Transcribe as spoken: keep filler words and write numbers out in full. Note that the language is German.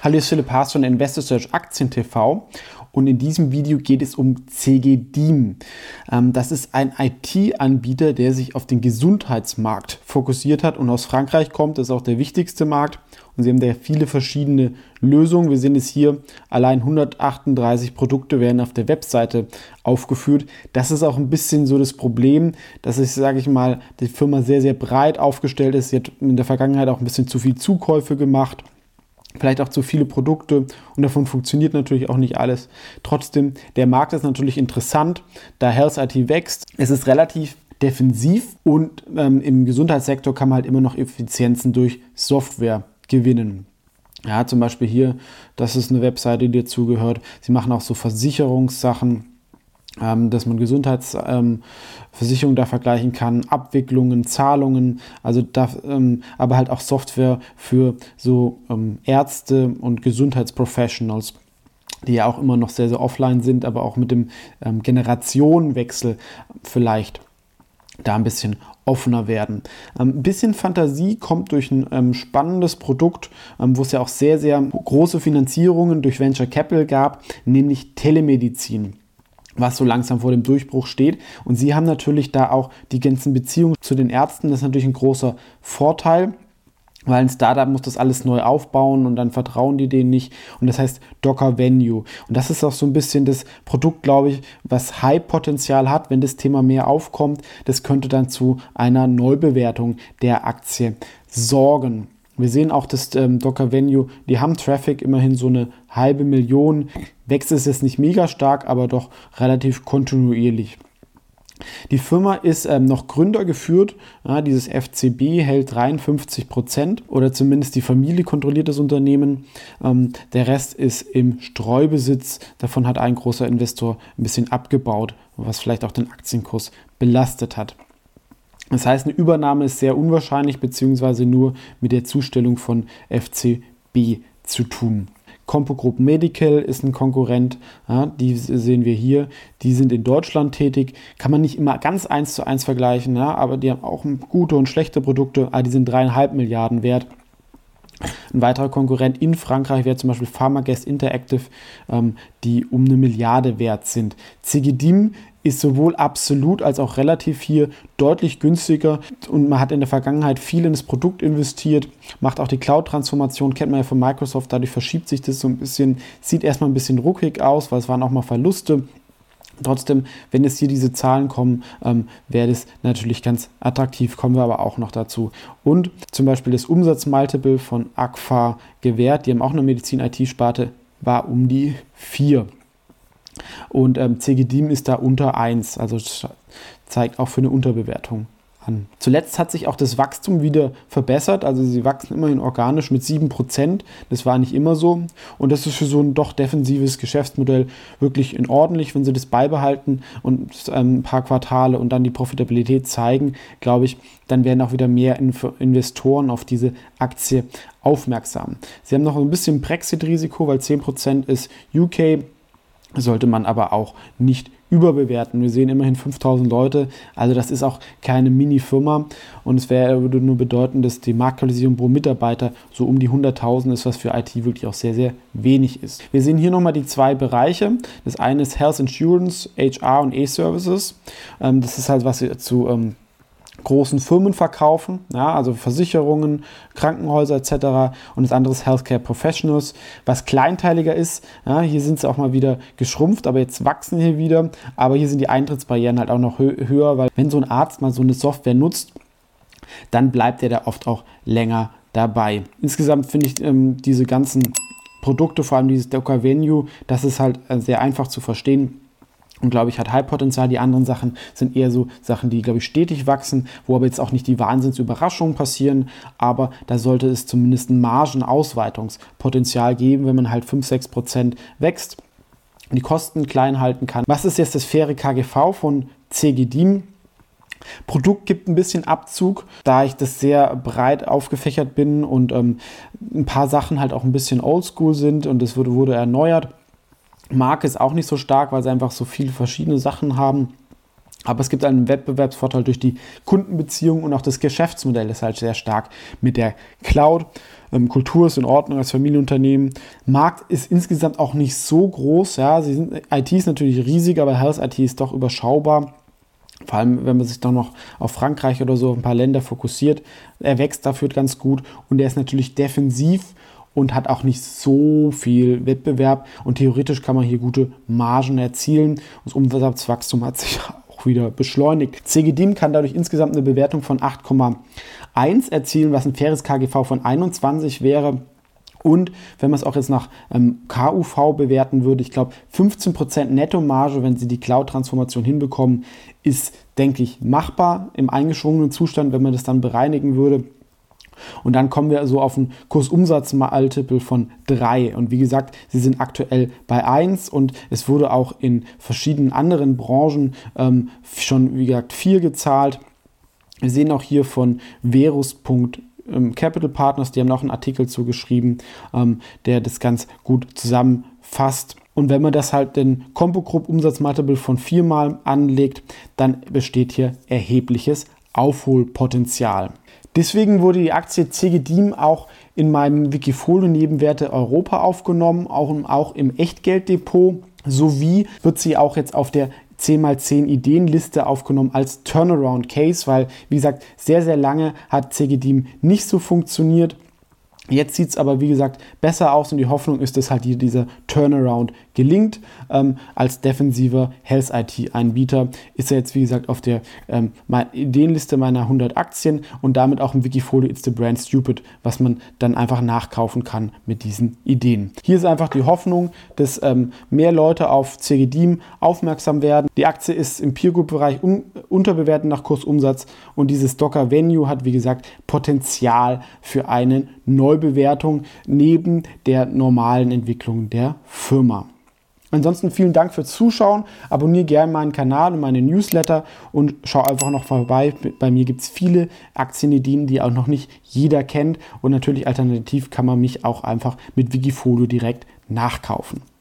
Hallo, hier ist Philipp Haas von Investor Search Aktien T V und in diesem Video geht es um Cegedim. Ähm, das ist ein I T-Anbieter, der sich auf den Gesundheitsmarkt fokussiert hat und aus Frankreich kommt. Das ist auch der wichtigste Markt und sie haben da viele verschiedene Lösungen. Wir sehen es hier, allein hundertachtunddreißig Produkte werden auf der Webseite aufgeführt. Das ist auch ein bisschen so das Problem, dass ich, sage ich mal, die Firma sehr, sehr breit aufgestellt ist. Sie hat in der Vergangenheit auch ein bisschen zu viel Zukäufe gemacht. Vielleicht auch zu viele Produkte und davon funktioniert natürlich auch nicht alles. Trotzdem, der Markt ist natürlich interessant, da Health I T wächst. Es ist relativ defensiv und ähm, im Gesundheitssektor kann man halt immer noch Effizienzen durch Software gewinnen. Ja, zum Beispiel hier, das ist eine Webseite, die dazugehört. Sie machen auch so Versicherungssachen, Ähm, dass man Gesundheitsversicherungen ähm, da vergleichen kann, Abwicklungen, Zahlungen, also da, ähm, aber halt auch Software für so ähm, Ärzte und Gesundheitsprofessionals, die ja auch immer noch sehr, sehr offline sind, aber auch mit dem ähm, Generationenwechsel vielleicht da ein bisschen offener werden. Ähm, ein bisschen Fantasie kommt durch ein ähm, spannendes Produkt, ähm, wo es ja auch sehr, sehr große Finanzierungen durch Venture Capital gab, nämlich Telemedizin, was so langsam vor dem Durchbruch steht. Und sie haben natürlich da auch die ganzen Beziehungen zu den Ärzten. Das ist natürlich ein großer Vorteil, weil ein Startup muss das alles neu aufbauen und dann vertrauen die denen nicht. Und das heißt Docker Venue. Und das ist auch so ein bisschen das Produkt, glaube ich, was Hype-Potenzial hat, wenn das Thema mehr aufkommt. Das könnte dann zu einer Neubewertung der Aktie sorgen. Wir sehen auch, dass ähm, Docker Venue, die haben Traffic, immerhin so eine halbe Million. Wächst es jetzt nicht mega stark, aber doch relativ kontinuierlich. Die Firma ist ähm, noch Gründer geführt. Ja, dieses F C B hält dreiundfünfzig Prozent oder zumindest die Familie kontrolliert das Unternehmen. Ähm, der Rest ist im Streubesitz. Davon hat ein großer Investor ein bisschen abgebaut, was vielleicht auch den Aktienkurs belastet hat. Das heißt, eine Übernahme ist sehr unwahrscheinlich, beziehungsweise nur mit der Zustellung von F C B zu tun. CompuGroup Medical ist ein Konkurrent, ja, die sehen wir hier, die sind in Deutschland tätig, kann man nicht immer ganz eins zu eins vergleichen, ja, aber die haben auch gute und schlechte Produkte, aber die sind dreieinhalb Milliarden wert. Ein weiterer Konkurrent in Frankreich wäre zum Beispiel Pharmagest Interactive, ähm, die um eine Milliarde wert sind. Cegedim ist sowohl absolut als auch relativ hier deutlich günstiger und man hat in der Vergangenheit viel in das Produkt investiert, macht auch die Cloud-Transformation, kennt man ja von Microsoft, dadurch verschiebt sich das so ein bisschen, sieht erstmal ein bisschen ruckig aus, weil es waren auch mal Verluste. Trotzdem, wenn jetzt hier diese Zahlen kommen, ähm, wäre das natürlich ganz attraktiv, kommen wir aber auch noch dazu. Und zum Beispiel das Umsatzmultiple von Agfa gewährt, die haben auch eine Medizin-I T-Sparte, war um die vier. Und ähm, Cegedim ist da unter eins, also zeigt auch für eine Unterbewertung an. Zuletzt hat sich auch das Wachstum wieder verbessert, also sie wachsen immerhin organisch mit sieben Prozent, das war nicht immer so und das ist für so ein doch defensives Geschäftsmodell wirklich in ordentlich, wenn sie das beibehalten und ähm, ein paar Quartale und dann die Profitabilität zeigen, glaube ich, dann werden auch wieder mehr Inf- Investoren auf diese Aktie aufmerksam. Sie haben noch ein bisschen Brexit-Risiko, weil zehn Prozent ist U K, sollte man aber auch nicht überbewerten. Wir sehen immerhin fünftausend Leute, also das ist auch keine Mini-Firma und es wäre, würde nur bedeuten, dass die Marktkapitalisierung pro Mitarbeiter so um die hunderttausend ist, was für I T wirklich auch sehr, sehr wenig ist. Wir sehen hier nochmal die zwei Bereiche. Das eine ist Health Insurance, H R und E-Services. Ähm, das ist halt, was wir zu ähm, großen Firmen verkaufen, ja, also Versicherungen, Krankenhäuser et cetera. Und das andere ist Healthcare Professionals, was kleinteiliger ist. Ja, hier sind sie auch mal wieder geschrumpft, aber jetzt wachsen hier wieder. Aber hier sind die Eintrittsbarrieren halt auch noch hö- höher, weil wenn so ein Arzt mal so eine Software nutzt, dann bleibt er da oft auch länger dabei. Insgesamt finde ich ähm, diese ganzen Produkte, vor allem dieses Docker Venue, das ist halt äh, sehr einfach zu verstehen. Und glaube ich, hat Hype-Potenzial. Die anderen Sachen sind eher so Sachen, die, glaube ich, stetig wachsen, wo aber jetzt auch nicht die Wahnsinnsüberraschungen passieren. Aber da sollte es zumindest ein Margenausweitungspotenzial geben, wenn man halt fünf bis sechs Prozent wächst und die Kosten klein halten kann. Was ist jetzt das faire K G V von Cegedim? Produkt gibt ein bisschen Abzug, da ich das sehr breit aufgefächert bin und ähm, ein paar Sachen halt auch ein bisschen oldschool sind und das wurde, wurde erneuert. Marke ist auch nicht so stark, weil sie einfach so viele verschiedene Sachen haben. Aber es gibt einen Wettbewerbsvorteil durch die Kundenbeziehungen und auch das Geschäftsmodell ist halt sehr stark mit der Cloud. Ähm, Kultur ist in Ordnung als Familienunternehmen. Markt ist insgesamt auch nicht so groß. Ja, sie sind, I T ist natürlich riesig, aber Health I T ist doch überschaubar. Vor allem, wenn man sich dann noch auf Frankreich oder so, auf ein paar Länder fokussiert. Er wächst dafür ganz gut und er ist natürlich defensiv und hat auch nicht so viel Wettbewerb. Und theoretisch kann man hier gute Margen erzielen. Das Umsatzwachstum hat sich auch wieder beschleunigt. C G D I M kann dadurch insgesamt eine Bewertung von acht Komma eins erzielen, was ein faires K G V von einundzwanzig wäre. Und wenn man es auch jetzt nach ähm, K U V bewerten würde, ich glaube fünfzehn Prozent Nettomarge, wenn sie die Cloud-Transformation hinbekommen, ist, denke ich, machbar im eingeschwungenen Zustand, wenn man das dann bereinigen würde. Und dann kommen wir so auf einen Kursumsatz-Multiple von drei. Und wie gesagt, sie sind aktuell bei eins und es wurde auch in verschiedenen anderen Branchen ähm, schon, wie gesagt, vier gezahlt. Wir sehen auch hier von Verus Punkt Capital Partners, die haben noch einen Artikel zugeschrieben, ähm, der das ganz gut zusammenfasst. Und wenn man das halt den CompuGroup Umsatzmultiple von viermal anlegt, dann besteht hier erhebliches Aufholpotenzial. Deswegen wurde die Aktie C G D I M auch in meinem Wikifolio Nebenwerte Europa aufgenommen, auch, auch im Echtgelddepot, sowie wird sie auch jetzt auf der zehn mal zehn Ideenliste aufgenommen als Turnaround Case, weil, wie gesagt, sehr, sehr lange hat C G D I M nicht so funktioniert. Jetzt sieht es aber, wie gesagt, besser aus und die Hoffnung ist, dass halt dieser Turnaround gelingt. Ähm, als defensiver Health I T-Anbieter ist er jetzt, wie gesagt, auf der ähm, Ideenliste meiner hundert Aktien und damit auch im Wikifolio It's the Brand Stupid, was man dann einfach nachkaufen kann mit diesen Ideen. Hier ist einfach die Hoffnung, dass ähm, mehr Leute auf C G D I M aufmerksam werden. Die Aktie ist im Peer Group Bereich un- unterbewertet nach Kursumsatz und dieses Docker Venue hat, wie gesagt, Potenzial für einen Neubewertung neben der normalen Entwicklung der Firma. Ansonsten vielen Dank fürs Zuschauen, abonniere gerne meinen Kanal und meine Newsletter und schau einfach noch vorbei. Bei mir gibt es viele Aktienideen, die auch noch nicht jeder kennt und natürlich alternativ kann man mich auch einfach mit Wikifolio direkt nachkaufen.